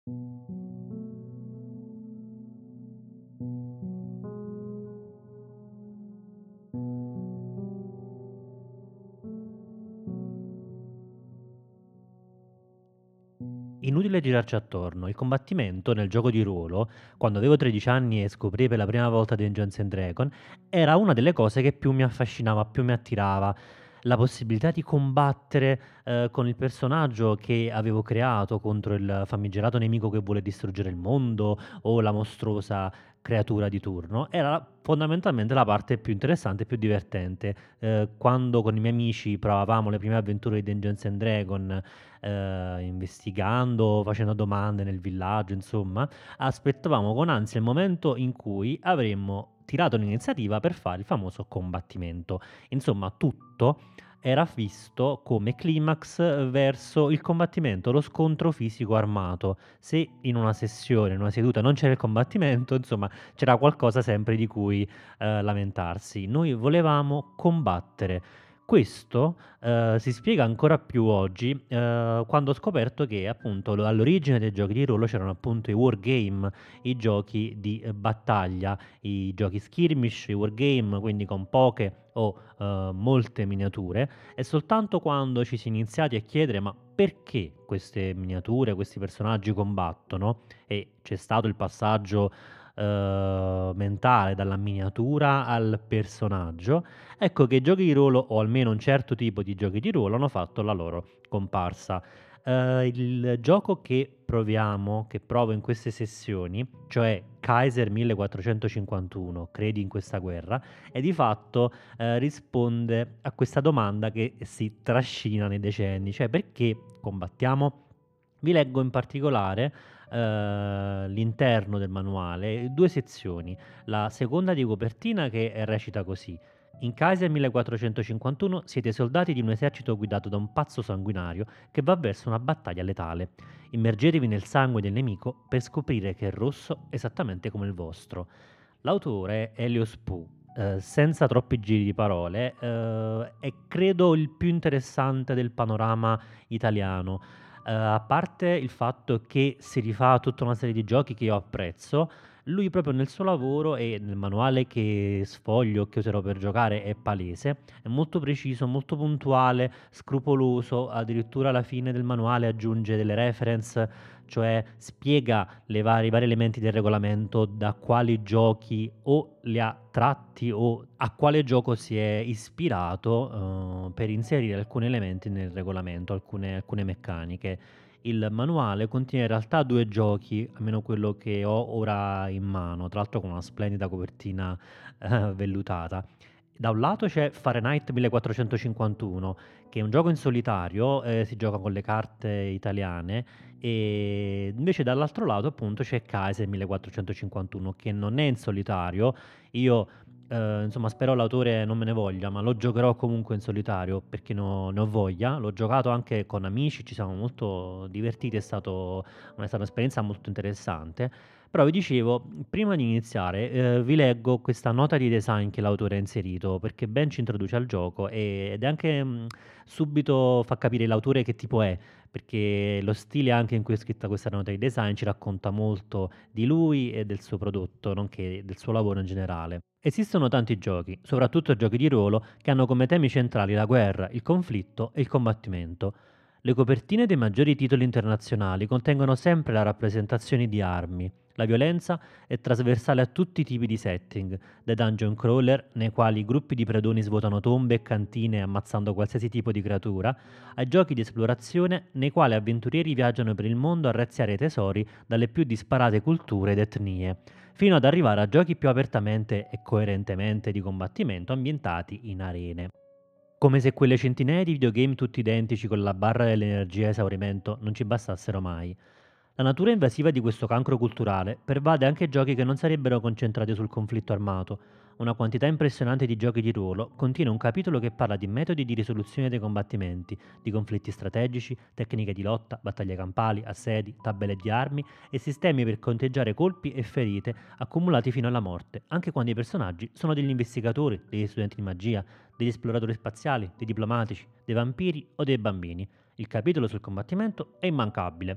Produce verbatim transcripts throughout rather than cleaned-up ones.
Inutile girarci attorno, il combattimento nel gioco di ruolo, quando avevo tredici anni e scoprii per la prima volta Dungeons and Dragons, era una delle cose che più mi affascinava, più mi attirava. La possibilità di combattere, ehm, con il personaggio che avevo creato contro il famigerato nemico che vuole distruggere il mondo o la mostruosa creatura di turno, era fondamentalmente la parte più interessante e più divertente. Ehm, quando con i miei amici provavamo le prime avventure di Dungeons and Dragons, ehm, investigando, facendo domande nel villaggio, insomma, aspettavamo con ansia il momento in cui avremmo tirato l'iniziativa per fare il famoso combattimento. Insomma, tutto era visto come climax verso il combattimento, lo scontro fisico armato. Se in una sessione, in una seduta non c'era il combattimento, insomma, c'era qualcosa sempre di cui, ehm, lamentarsi. Noi volevamo combattere. Questo, ehm, si spiega ancora più oggi, ehm, quando ho scoperto che appunto lo all'origine dei giochi di ruolo c'erano appunto i wargame, i giochi di, ehm, battaglia, i giochi skirmish, i wargame, quindi con poche o, ehm, molte miniature, e soltanto quando ci si è iniziati a chiedere: "Ma perché queste miniature, questi personaggi combattono?" E c'è stato il passaggio, ehm, mentale dalla miniatura al personaggio, ecco che i giochi di ruolo, o almeno un certo tipo di giochi di ruolo, hanno fatto la loro comparsa. Ehm, il gioco che proviamo che provo in queste sessioni, cioè Kaiser millequattrocentocinquantuno, Credi in questa guerra, e di fatto, ehm, risponde a questa domanda che si trascina nei decenni, cioè: perché combattiamo? Vi leggo in particolare, ehm, l'interno del manuale, due sezioni. La seconda di copertina che recita così: in Kaiser millequattrocentocinquantuno siete soldati di un esercito guidato da un pazzo sanguinario che va verso una battaglia letale. Immergetevi nel sangue del nemico per scoprire che è rosso esattamente come il vostro. L'autore è Elios Poe. Eh, senza troppi giri di parole, eh, è credo il più interessante del panorama italiano. Eh, a parte il fatto che si rifà a tutta una serie di giochi che io apprezzo, lui proprio nel suo lavoro e nel manuale che sfoglio, che userò per giocare, è palese, è molto preciso, molto puntuale, scrupoloso, addirittura alla fine del manuale aggiunge delle reference, cioè spiega le vari, i vari elementi del regolamento, da quali giochi o li ha tratti o a quale gioco si è ispirato, eh, per inserire alcuni elementi nel regolamento, alcune, alcune meccaniche. Il manuale contiene in realtà due giochi, almeno quello che ho ora in mano, tra l'altro con una splendida copertina, eh, vellutata. Da un lato c'è Fahrenheit millequattrocentocinquantuno, che è un gioco in solitario, eh, si gioca con le carte italiane, e invece dall'altro lato appunto c'è Kaiser millequattrocentocinquantuno, che non è in solitario. Io, eh, insomma, spero l'autore non me ne voglia, ma lo giocherò comunque in solitario perché ne ho, ne ho voglia. L'ho giocato anche con amici, ci siamo molto divertiti, è stato, è stata un'esperienza molto interessante. Però vi dicevo, prima di iniziare, eh, vi leggo questa nota di design che l'autore ha inserito, perché ben ci introduce al gioco e- ed è anche mh, subito fa capire l'autore che tipo è, perché lo stile anche in cui è scritta questa nota di design ci racconta molto di lui e del suo prodotto, nonché del suo lavoro in generale. Esistono tanti giochi, soprattutto giochi di ruolo, che hanno come temi centrali la guerra, il conflitto e il combattimento. Le copertine dei maggiori titoli internazionali contengono sempre la rappresentazione di armi. La violenza è trasversale a tutti i tipi di setting, dai dungeon crawler, nei quali gruppi di predoni svuotano tombe e cantine ammazzando qualsiasi tipo di creatura, ai giochi di esplorazione nei quali avventurieri viaggiano per il mondo a razziare tesori dalle più disparate culture ed etnie, fino ad arrivare a giochi più apertamente e coerentemente di combattimento ambientati in arene. Come se quelle centinaia di videogame tutti identici con la barra dell'energia a esaurimento non ci bastassero mai. La natura invasiva di questo cancro culturale pervade anche giochi che non sarebbero concentrati sul conflitto armato. Una quantità impressionante di giochi di ruolo contiene un capitolo che parla di metodi di risoluzione dei combattimenti, di conflitti strategici, tecniche di lotta, battaglie campali, assedi, tabelle di armi e sistemi per conteggiare colpi e ferite accumulati fino alla morte, anche quando i personaggi sono degli investigatori, degli studenti di magia, degli esploratori spaziali, dei diplomatici, dei vampiri o dei bambini. Il capitolo sul combattimento è immancabile.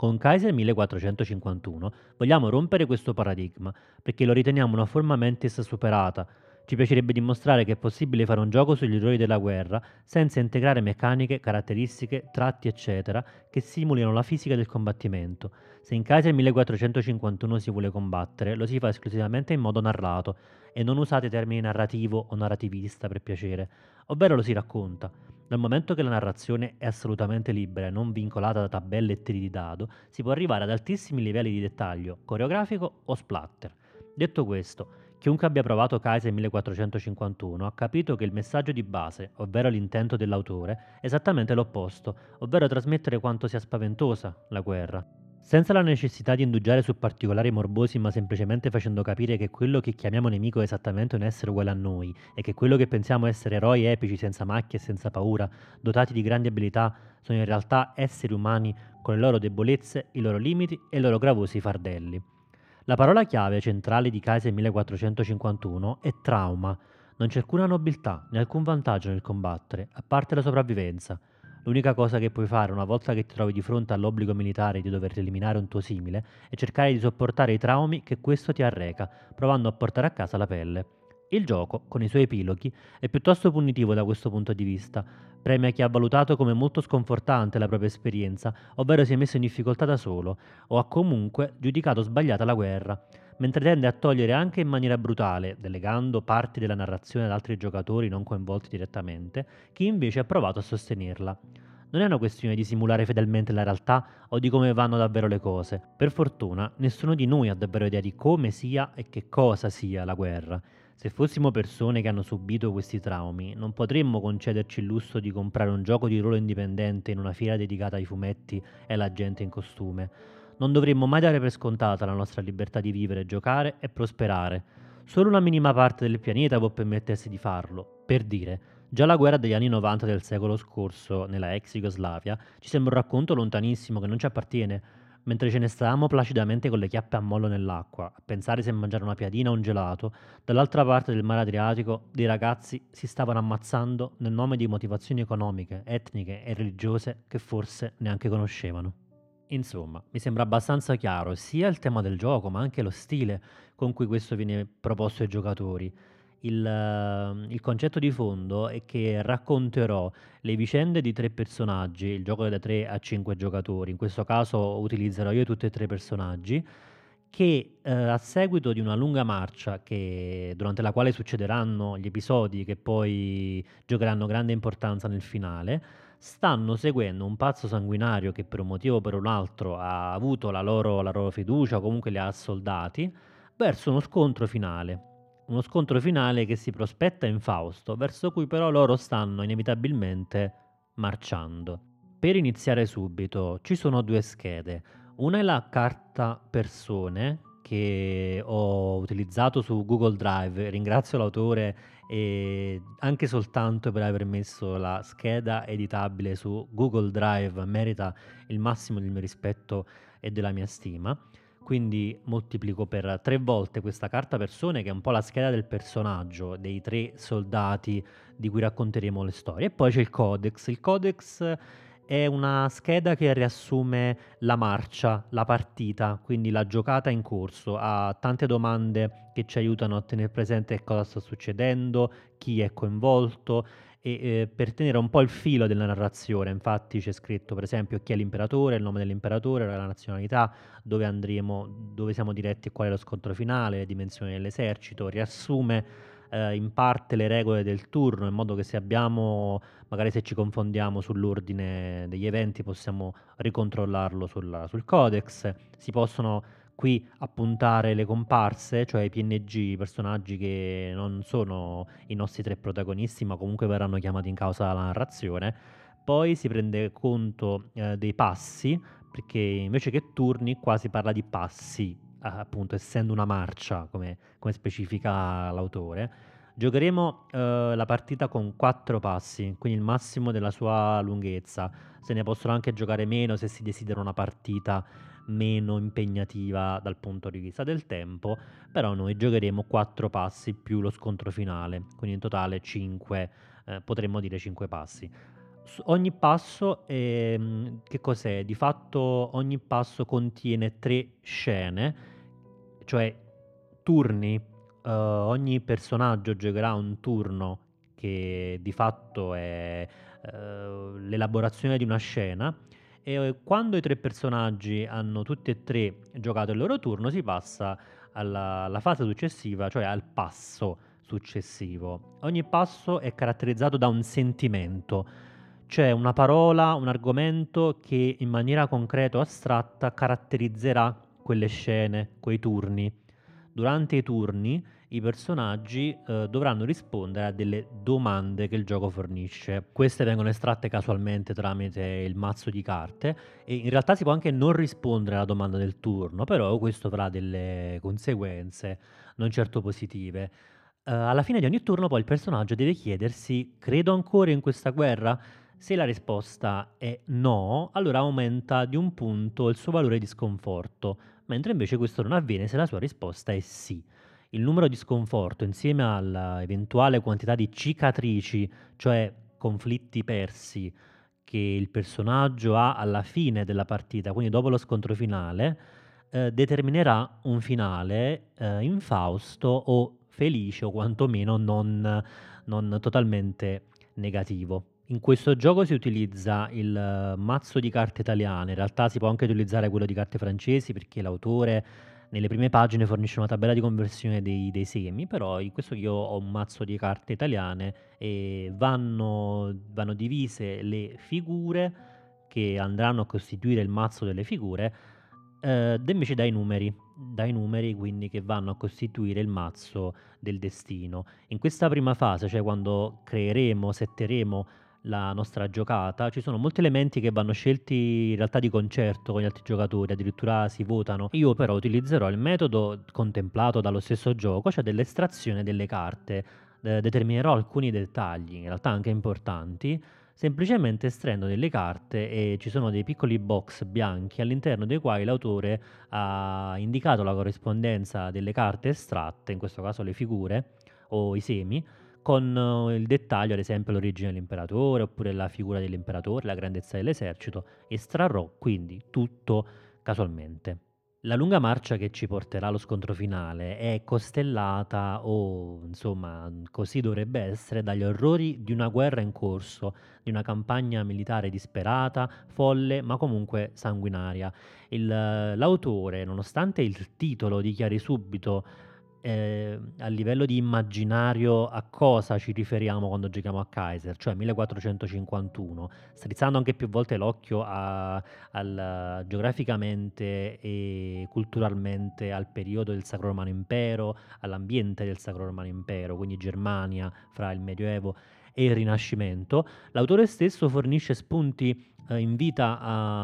Con Kaiser millequattrocentocinquantuno vogliamo rompere questo paradigma, perché lo riteniamo una forma mentis superata. Ci piacerebbe dimostrare che è possibile fare un gioco sugli errori della guerra senza integrare meccaniche, caratteristiche, tratti, eccetera, che simulino la fisica del combattimento. Se in Kaiser millequattrocentocinquantuno si vuole combattere, lo si fa esclusivamente in modo narrato, e non usate termini narrativo o narrativista per piacere, ovvero lo si racconta. Dal momento che la narrazione è assolutamente libera e non vincolata da tabelle e tiri di dado, si può arrivare ad altissimi livelli di dettaglio, coreografico o splatter. Detto questo, chiunque abbia provato Kaiser millequattrocentocinquantuno ha capito che il messaggio di base, ovvero l'intento dell'autore, è esattamente l'opposto, ovvero trasmettere quanto sia spaventosa la guerra. Senza la necessità di indugiare su particolari morbosi, ma semplicemente facendo capire che quello che chiamiamo nemico è esattamente un essere uguale a noi e che quello che pensiamo essere eroi epici senza macchie e senza paura, dotati di grandi abilità, sono in realtà esseri umani con le loro debolezze, i loro limiti e i loro gravosi fardelli. La parola chiave centrale di Kaiser millequattrocentocinquantuno è trauma. Non c'è alcuna nobiltà né alcun vantaggio nel combattere, a parte la sopravvivenza. L'unica cosa che puoi fare una volta che ti trovi di fronte all'obbligo militare di dover eliminare un tuo simile è cercare di sopportare i traumi che questo ti arreca, provando a portare a casa la pelle. Il gioco, con i suoi epiloghi, è piuttosto punitivo da questo punto di vista. Premia chi ha valutato come molto sconfortante la propria esperienza, ovvero si è messo in difficoltà da solo, o ha comunque giudicato sbagliata la guerra, mentre tende a togliere anche in maniera brutale, delegando parti della narrazione ad altri giocatori non coinvolti direttamente, chi invece ha provato a sostenerla. Non è una questione di simulare fedelmente la realtà o di come vanno davvero le cose. Per fortuna, nessuno di noi ha davvero idea di come sia e che cosa sia la guerra. Se fossimo persone che hanno subito questi traumi, non potremmo concederci il lusso di comprare un gioco di ruolo indipendente in una fiera dedicata ai fumetti e alla gente in costume. Non dovremmo mai dare per scontata la nostra libertà di vivere, giocare e prosperare. Solo una minima parte del pianeta può permettersi di farlo. Per dire, già la guerra degli anni novanta del secolo scorso, nella ex Jugoslavia, ci sembra un racconto lontanissimo che non ci appartiene, mentre ce ne stavamo placidamente con le chiappe a mollo nell'acqua, a pensare se mangiare una piadina o un gelato, dall'altra parte del mare Adriatico dei ragazzi si stavano ammazzando nel nome di motivazioni economiche, etniche e religiose che forse neanche conoscevano. Insomma, mi sembra abbastanza chiaro sia il tema del gioco, ma anche lo stile con cui questo viene proposto ai giocatori. Il, eh, il concetto di fondo è che racconterò le vicende di tre personaggi, il gioco è da tre a cinque giocatori, in questo caso utilizzerò io tutti e tre i personaggi, che eh, a seguito di una lunga marcia che- durante la quale succederanno gli episodi che poi giocheranno grande importanza nel finale, stanno seguendo un pazzo sanguinario che per un motivo o per un altro ha avuto la loro, la loro fiducia o comunque li ha assoldati, verso uno scontro finale. Uno scontro finale che si prospetta infausto, verso cui però loro stanno inevitabilmente marciando. Per iniziare subito, ci sono due schede. Una è la carta persone che ho utilizzato su Google Drive. Ringrazio l'autore e anche soltanto per aver messo la scheda editabile su Google Drive merita il massimo del mio rispetto e della mia stima. Quindi moltiplico per tre volte questa carta persone che è un po' la scheda del personaggio, dei tre soldati di cui racconteremo le storie. E poi c'è il codex. Il codex è una scheda che riassume la marcia, la partita, quindi la giocata in corso. Ha tante domande che ci aiutano a tenere presente che cosa sta succedendo, chi è coinvolto e eh, per tenere un po' il filo della narrazione. Infatti c'è scritto per esempio chi è l'imperatore, il nome dell'imperatore, la nazionalità, dove andremo, dove siamo diretti e qual è lo scontro finale, le dimensioni dell'esercito, riassume eh, in parte le regole del turno, in modo che se abbiamo, magari se ci confondiamo sull'ordine degli eventi, possiamo ricontrollarlo sul, sul codex. Si possono qui appuntare le comparse, cioè i P N G, i personaggi che non sono i nostri tre protagonisti, ma comunque verranno chiamati in causa dalla narrazione. Poi si prende conto eh, dei passi, perché invece che turni qua si parla di passi, eh, appunto essendo una marcia, come, come specifica l'autore. Giocheremo eh, la partita con quattro passi, quindi il massimo della sua lunghezza. Se ne possono anche giocare meno se si desidera una partita meno impegnativa dal punto di vista del tempo, però noi giocheremo quattro passi più lo scontro finale, quindi in totale cinque, eh, potremmo dire cinque passi. S ogni passo, ehm, che cos'è? Di fatto ogni passo contiene tre scene, cioè turni, uhm, ogni personaggio giocherà un turno che di fatto è, uhm, l'elaborazione di una scena e eh, quando i tre personaggi hanno tutti e tre giocato il loro turno si passa alla alla fase successiva, cioè al passo successivo. Ogni passo è caratterizzato da un sentimento, cioè una parola, un argomento che in maniera concreta o astratta caratterizzerà quelle scene, quei turni. Durante i turni i personaggi eh, dovranno rispondere a delle domande che il gioco fornisce. Queste vengono estratte casualmente tramite il mazzo di carte e in realtà si può anche non rispondere alla domanda del turno, però questo avrà delle conseguenze non certo positive. Eh, alla fine di ogni turno poi il personaggio deve chiedersi: credo ancora in questa guerra? Se la risposta è no, allora aumenta di un punto il suo valore di sconforto, mentre invece questo non avviene se la sua risposta è sì. Il numero di sconforto insieme all'eventuale quantità di cicatrici, cioè conflitti persi, che il personaggio ha alla fine della partita, quindi dopo lo scontro finale, eh, determinerà un finale eh, infausto o felice o quantomeno non, non totalmente negativo. In questo gioco si utilizza il eh, mazzo di carte italiane, in realtà si può anche utilizzare quello di carte francesi perché l'autore nelle prime pagine fornisce una tabella di conversione dei, dei semi, però in questo io ho un mazzo di carte italiane e vanno, vanno divise le figure che andranno a costituire il mazzo delle figure, eh, invece dai numeri, dai numeri quindi che vanno a costituire il mazzo del destino. In questa prima fase, cioè quando creeremo, setteremo la nostra giocata, ci sono molti elementi che vanno scelti in realtà di concerto con gli altri giocatori, addirittura si votano. Io però utilizzerò il metodo contemplato dallo stesso gioco, cioè dell'estrazione delle carte. Eh, determinerò alcuni dettagli, in realtà anche importanti, semplicemente estraendo delle carte e ci sono dei piccoli box bianchi all'interno dei quali l'autore ha indicato la corrispondenza delle carte estratte, in questo caso le figure o i semi, con eh, il dettaglio, ad esempio l'origine dell'imperatore oppure la figura dell'imperatore, la grandezza dell'esercito, estrarrò quindi tutto casualmente. La lunga marcia che ci porterà allo scontro finale è costellata, o insomma così dovrebbe essere, dagli orrori di una guerra in corso, di una campagna militare disperata, folle, ma comunque sanguinaria. Il- l'autore, nonostante il titolo dichiari subito eh, a livello di immaginario a cosa ci riferiamo quando giochiamo a Kaiser, cioè millequattrocentocinquantuno, strizzando anche più volte l'occhio a- al, geograficamente e culturalmente al periodo del Sacro Romano Impero, all'ambiente del Sacro Romano Impero, quindi Germania fra il Medioevo e il Rinascimento. L'autore stesso fornisce spunti, eh, invita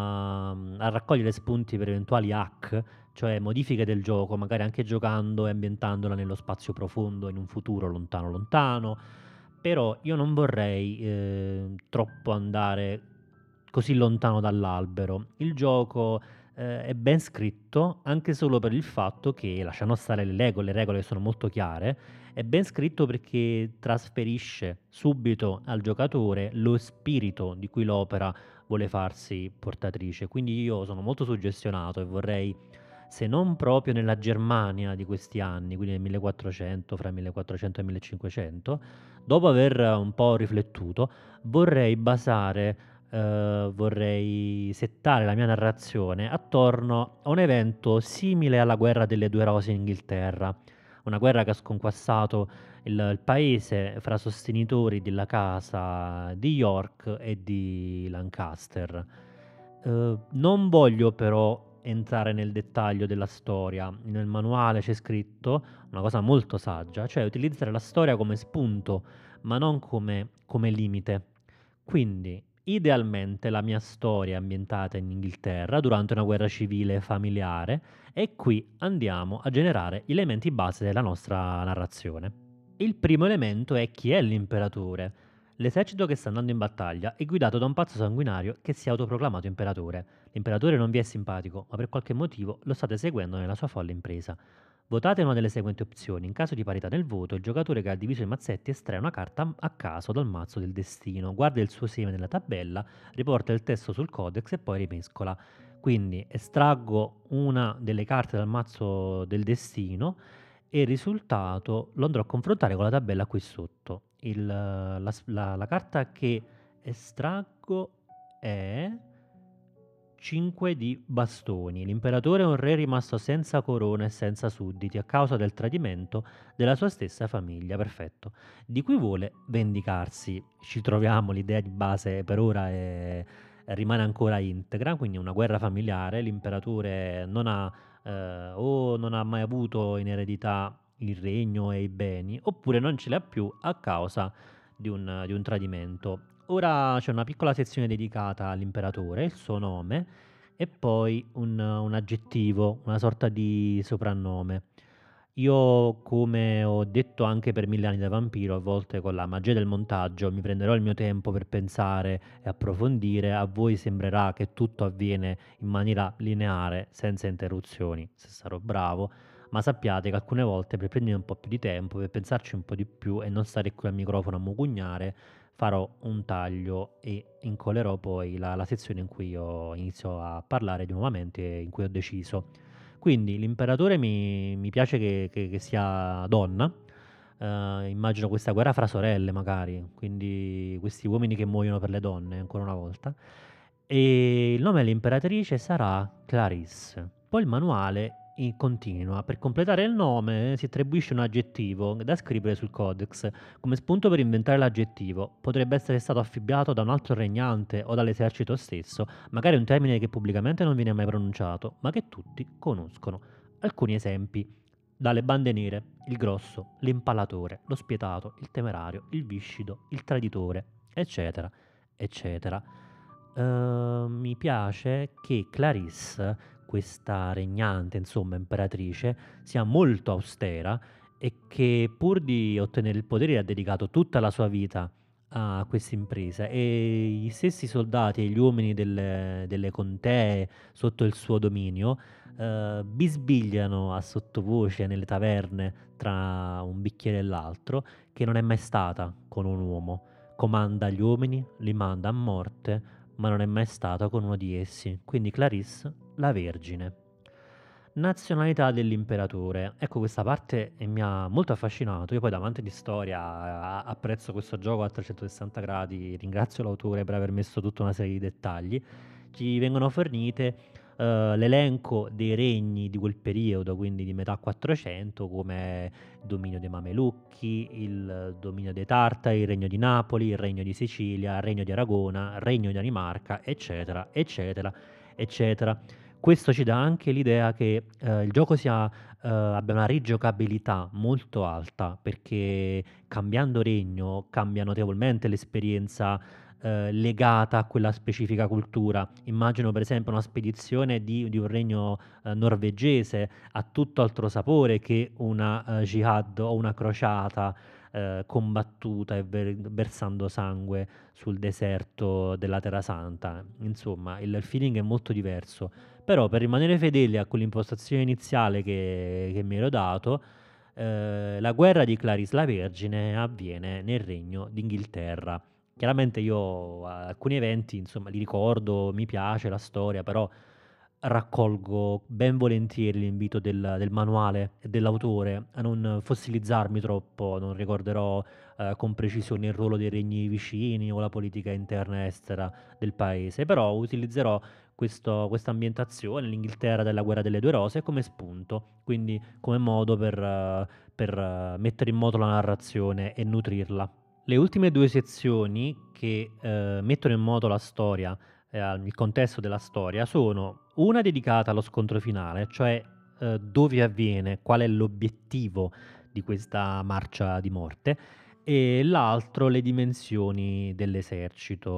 a, a raccogliere spunti per eventuali hack, cioè modifiche del gioco, magari anche giocando e ambientandola nello spazio profondo in un futuro lontano lontano. Però io non vorrei eh, troppo andare così lontano dall'albero. Il gioco eh, è ben scritto anche solo per il fatto che, lasciando stare le regole, le regole sono molto chiare, è ben scritto perché trasferisce subito al giocatore lo spirito di cui l'opera vuole farsi portatrice. Quindi io sono molto suggestionato e vorrei, se non proprio nella Germania di questi anni, quindi nel millequattrocento, fra millequattrocento e millecinquecento, dopo aver un po' riflettuto, vorrei basare, eh, vorrei settare la mia narrazione attorno a un evento simile alla guerra delle due rose in Inghilterra, una guerra che ha sconquassato il, il paese fra sostenitori della casa di York e di Lancaster. Eh, non voglio però entrare nel dettaglio della storia. Nel manuale c'è scritto una cosa molto saggia, cioè utilizzare la storia come spunto, ma non come, come limite. Quindi, idealmente, la mia storia è ambientata in Inghilterra durante una guerra civile familiare e qui andiamo a generare gli elementi base della nostra narrazione. Il primo elemento è: chi è l'imperatore? L'esercito che sta andando in battaglia è guidato da un pazzo sanguinario che si è autoproclamato imperatore. L'imperatore non vi è simpatico, ma per qualche motivo lo state seguendo nella sua folle impresa. Votate una delle seguenti opzioni. In caso di parità nel voto, il giocatore che ha diviso i mazzetti estrae una carta a caso dal mazzo del destino, guarda il suo seme nella tabella, riporta il testo sul codex e poi rimescola. Quindi estraggo una delle carte dal mazzo del destino e il risultato lo andrò a confrontare con la tabella qui sotto. Il- la, la- la carta che estraggo è cinque di bastoni. L'imperatore è un re rimasto senza corona e senza sudditi a causa del tradimento della sua stessa famiglia. Perfetto. Di cui vuole vendicarsi. Ci troviamo, l'idea di base per ora è- rimane ancora integra, quindi una guerra familiare. L'imperatore non ha eh, o non ha mai avuto in eredità il regno e i beni, oppure non ce li ha più a causa di un, di un tradimento. Ora c'è una piccola sezione dedicata all'imperatore, il suo nome e poi un, un aggettivo, una sorta di soprannome. Io, come ho detto anche per Mille anni da vampiro, a volte con la magia del montaggio mi prenderò il mio tempo per pensare e approfondire. A voi sembrerà che tutto avviene in maniera lineare, senza interruzioni, se sarò bravo, ma sappiate che alcune volte per prendere un po' più di tempo, per pensarci un po' di più e non stare qui al microfono a mugugnare, farò un taglio e incollerò poi la, la sezione in cui io inizio a parlare di nuovamente, in cui ho deciso. Quindi l'imperatore mi, mi piace che, che- che sia donna. Eh, immagino questa guerra fra sorelle, magari, quindi questi uomini che muoiono per le donne, ancora una volta. E il nome dell'imperatrice sarà Clarisse. Poi il manuale i- continua. Per completare il nome si attribuisce un aggettivo da scrivere sul codex. Come spunto per inventare l'aggettivo, potrebbe essere stato affibbiato da un altro regnante o dall'esercito stesso, magari un termine che pubblicamente non viene mai pronunciato, ma che tutti conoscono. Alcuni esempi: dalle bande nere, il grosso, l'impalatore, lo spietato, il temerario, il viscido, il traditore, eccetera, eccetera. Eh, mi piace che Clarisse, questa regnante, insomma, imperatrice, sia molto austera e che pur di ottenere il potere ha dedicato tutta la sua vita a questa impresa e gli stessi soldati e gli uomini delle, delle contee sotto il suo dominio eh, bisbigliano a sottovoce nelle taverne tra un bicchiere e l'altro che non è mai stata con un uomo. Comanda gli uomini, li manda a morte, ma non è mai stata con uno di essi. Quindi Clarisse, la Vergine. Nazionalità dell'imperatore. Ecco, questa parte eh, mi ha molto affascinato. Io poi davanti di storia a- apprezzo questo gioco a trecentosessanta gradi, ringrazio l'autore per aver messo tutta una serie di dettagli. Ci vengono fornite eh, l'elenco dei regni di quel periodo, quindi di metà quattrocento, come il dominio dei Mamelucchi, il dominio dei Tartari, il regno di Napoli, il regno di Sicilia, il regno di Aragona, il regno di Danimarca, eccetera, eccetera, eccetera. Questo ci dà anche l'idea che eh, il gioco sia, eh, abbia una rigiocabilità molto alta, perché cambiando regno cambia notevolmente l'esperienza eh, legata a quella specifica cultura. Immagino per esempio una spedizione di, di un regno eh, norvegese ha tutto altro sapore che una eh, jihad o una crociata eh, combattuta e ver- versando sangue sul deserto della Terra Santa. Insomma, il, il feeling è molto diverso. Però per rimanere fedeli a quell'impostazione iniziale che, che mi ero dato, eh, la guerra di Clarisse la Vergine avviene nel regno d'Inghilterra. Chiaramente io eh, alcuni eventi, insomma, li ricordo, mi piace la storia, però raccolgo ben volentieri l'invito del, del manuale e dell'autore a non fossilizzarmi troppo, non ricorderò eh, con precisione il ruolo dei regni vicini o la politica interna e estera del paese, però utilizzerò questo, questa ambientazione, l'Inghilterra della guerra delle due rose, come spunto, quindi come modo per, eh, per eh, mettere in moto la narrazione e nutrirla. Le ultime due sezioni che eh, mettono in moto la storia, eh, il contesto della storia, sono una dedicata allo scontro finale, cioè eh, dove avviene, qual è l'obiettivo di questa marcia di morte, e l'altro le dimensioni dell'esercito.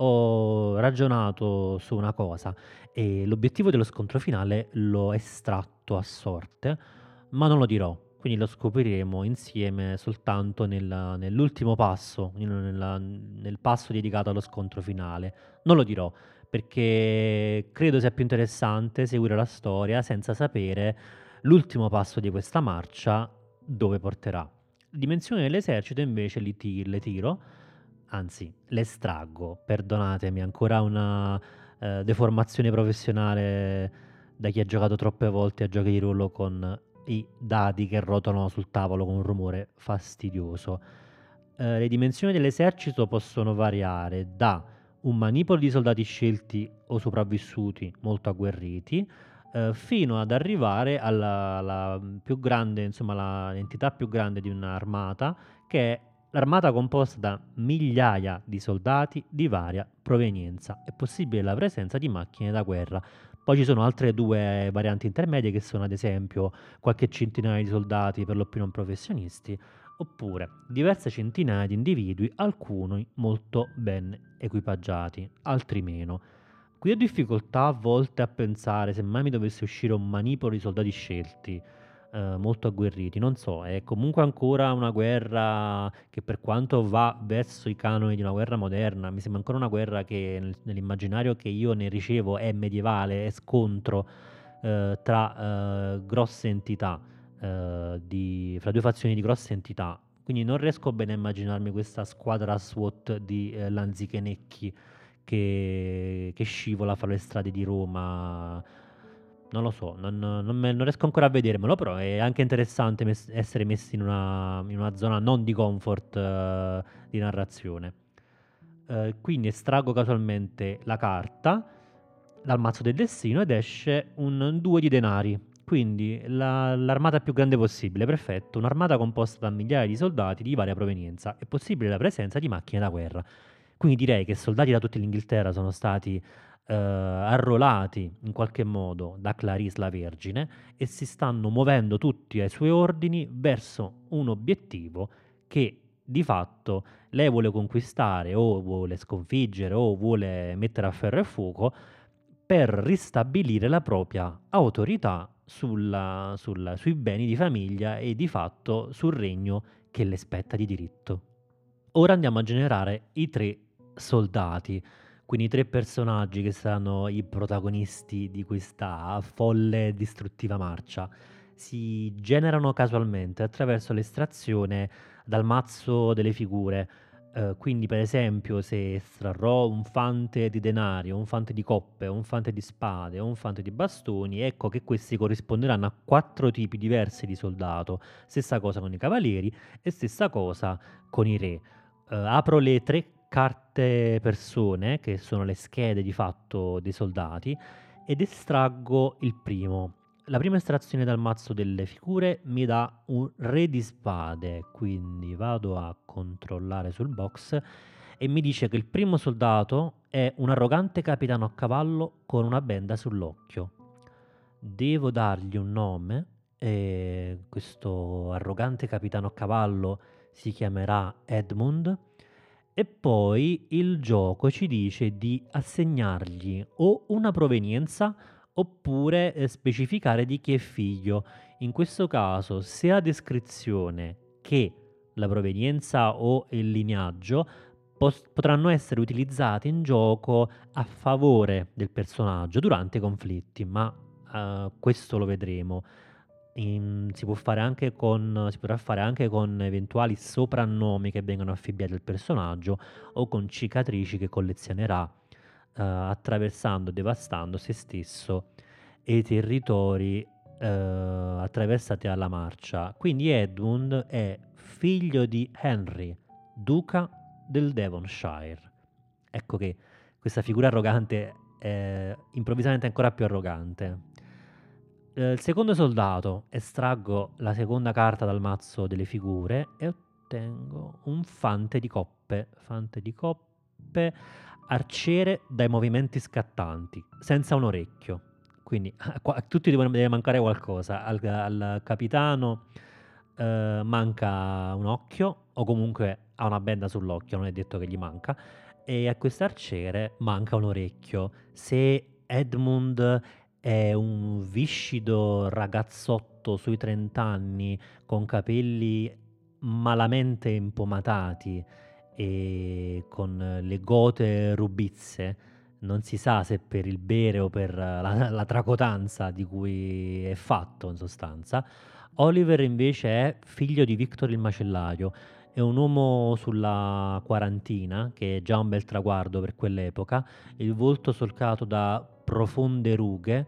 Ho ragionato su una cosa e l'obiettivo dello scontro finale l'ho estratto a sorte, ma non lo dirò. Quindi lo scopriremo insieme soltanto nella- nell'ultimo passo, in- nella- nel passo dedicato allo scontro finale. Non lo dirò perché credo sia più interessante seguire la storia senza sapere l'ultimo passo di questa marcia dove porterà. Dimensioni dell'esercito invece li ti- le tiro, anzi le estraggo, perdonatemi, ancora una eh, deformazione professionale da chi ha giocato troppe volte a giochi di ruolo con i dadi che rotolano sul tavolo con un rumore fastidioso. Eh, le dimensioni dell'esercito possono variare da un manipolo di soldati scelti o sopravvissuti molto agguerriti, eh, fino ad arrivare alla, alla più grande, insomma, la- l'entità più grande di un'armata, che è l'armata composta da migliaia di soldati di varia provenienza. È possibile la presenza di macchine da guerra. Poi ci sono altre due varianti intermedie che sono ad esempio qualche centinaia di soldati per lo più non professionisti, oppure diverse centinaia di individui, alcuni molto ben equipaggiati, altri meno. Qui ho difficoltà a volte a pensare se mai mi dovesse uscire un manipolo di soldati scelti, eh, molto agguerriti. Non so, è comunque ancora una guerra che per quanto va verso i canoni di una guerra moderna, mi sembra ancora una guerra che nel- nell'immaginario che io ne ricevo è medievale, è scontro eh, tra eh, grosse entità, eh, di, fra due fazioni di grosse entità. Quindi non riesco bene a immaginarmi questa squadra SWAT di eh, lanzichenecchi che, che scivola fra le strade di Roma. Non lo so, non, non me- non riesco ancora a vedermelo, però è anche interessante mes- essere messi in una, in una zona non di comfort eh, di narrazione. Eh, quindi estraggo casualmente la carta dal mazzo del destino ed esce un due di denari. Quindi la- l'armata più grande possibile, perfetto. Un'armata composta da migliaia di soldati di varia provenienza. È possibile la presenza di macchine da guerra. Quindi direi che soldati da tutta l'Inghilterra sono stati eh, arruolati in qualche modo da Clarisse la Vergine e si stanno muovendo tutti ai suoi ordini verso un obiettivo che di fatto lei vuole conquistare o vuole sconfiggere o vuole mettere a ferro e fuoco per ristabilire la propria autorità sulla- sulla- sui beni di famiglia e di fatto sul regno che le spetta di diritto. Ora andiamo a generare i tre soldati, quindi i tre personaggi che saranno i protagonisti di questa folle e distruttiva marcia. Si generano casualmente attraverso l'estrazione dal mazzo delle figure. Eh, quindi, per esempio, se estrarrò un fante di denari, un fante di coppe, un fante di spade, un fante di bastoni, ecco che questi corrisponderanno a quattro tipi diversi di soldato. Stessa cosa con i cavalieri e stessa cosa con i re. Eh, apro le tre carte persone, che sono le schede di fatto dei soldati, ed estraggo il primo. La prima estrazione dal mazzo delle figure mi dà un re di spade, quindi vado a controllare sul box e mi dice che il primo soldato è un arrogante capitano a cavallo con una benda sull'occhio. Devo dargli un nome e questo arrogante capitano a cavallo si chiamerà Edmund e poi il gioco ci dice di assegnargli o una provenienza oppure eh, specificare di chi è figlio. In questo caso, se ha descrizione che la provenienza o il lignaggio pos- potranno essere utilizzati in gioco a favore del personaggio durante i conflitti, ma eh, questo lo vedremo. In- si può fare anche con, si potrà fare anche con eventuali soprannomi che vengono affibbiati al personaggio o con cicatrici che collezionerà eh, attraversando, devastando se stesso e i territori eh, attraversati dalla marcia. Quindi Edmund è figlio di Henry, duca del Devonshire. Ecco che questa figura arrogante è improvvisamente ancora più arrogante. Eh, il secondo soldato, estraggo la seconda carta dal mazzo delle figure e ottengo un fante di coppe. Fante di coppe, arciere dai movimenti scattanti, senza un orecchio. Quindi a tutti devono- deve mancare qualcosa. Al, al capitano eh, manca un occhio, o comunque ha una benda sull'occhio, non è detto che gli manca. E a quest'arciere manca un orecchio. Se Edmund è un viscido ragazzotto sui trenta anni con capelli malamente impomatati e con le gote rubizze, non si sa se per il bere o per la la tracotanza di cui è fatto in sostanza. Oliver invece è figlio di Victor il macellaio, è un uomo sulla quarantina, che è già un bel traguardo per quell'epoca, il volto solcato da profonde rughe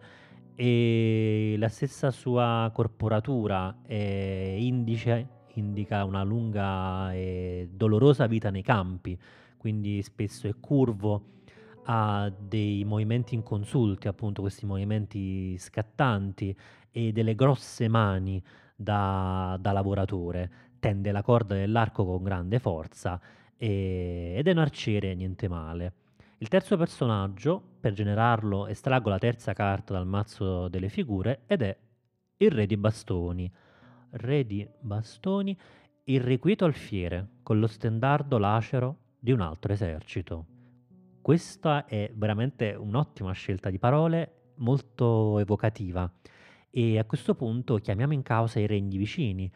e la stessa sua corporatura e indice indica una lunga e dolorosa vita nei campi, quindi spesso è curvo, ha dei movimenti inconsulti, appunto questi movimenti scattanti e delle grosse mani da, da lavoratore, tende la corda dell'arco con grande forza e- ed è un arciere niente male. Il terzo personaggio, per generarlo, estraggo la terza carta dal mazzo delle figure ed è il re di bastoni. Re di bastoni, irrequieto alfiere, con lo stendardo lacero di un altro esercito. Questa è veramente un'ottima scelta di parole, molto evocativa. E a questo punto chiamiamo in causa i regni vicini,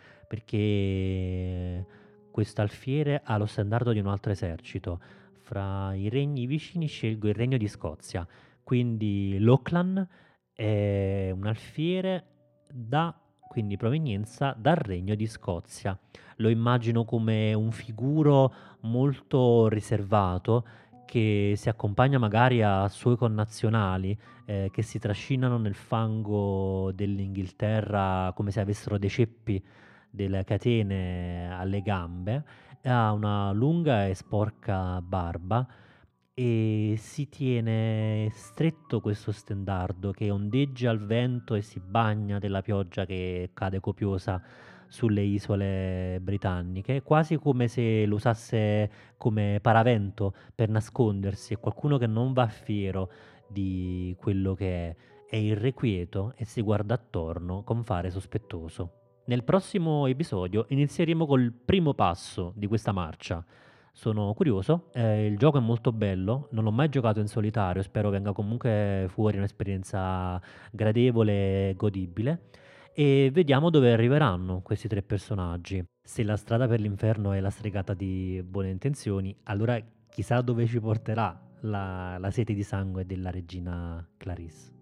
perché questo alfiere ha lo standardo di un altro esercito. Fra i regni vicini scelgo il regno di Scozia, quindi l'Auckland è un alfiere da quindi provenienza dal regno di Scozia. Lo immagino come un figuro molto riservato che si accompagna magari a suoi connazionali eh, che si trascinano nel fango dell'Inghilterra come se avessero dei ceppi delle catene alle gambe, ha una lunga e sporca barba e si tiene stretto questo stendardo che ondeggia al vento e si bagna della pioggia che cade copiosa sulle isole britanniche, quasi come se lo usasse come paravento per nascondersi. È qualcuno che non va fiero di quello che è, è irrequieto e si guarda attorno con fare sospettoso. Nel prossimo episodio inizieremo col primo passo di questa marcia. Sono curioso, eh, il gioco è molto bello, non l'ho mai giocato in solitario, spero venga comunque fuori un'esperienza gradevole e godibile. E vediamo dove arriveranno questi tre personaggi. Se la strada per l'inferno è la stregata di buone intenzioni, allora chissà dove ci porterà la, la sete di sangue della regina Clarisse.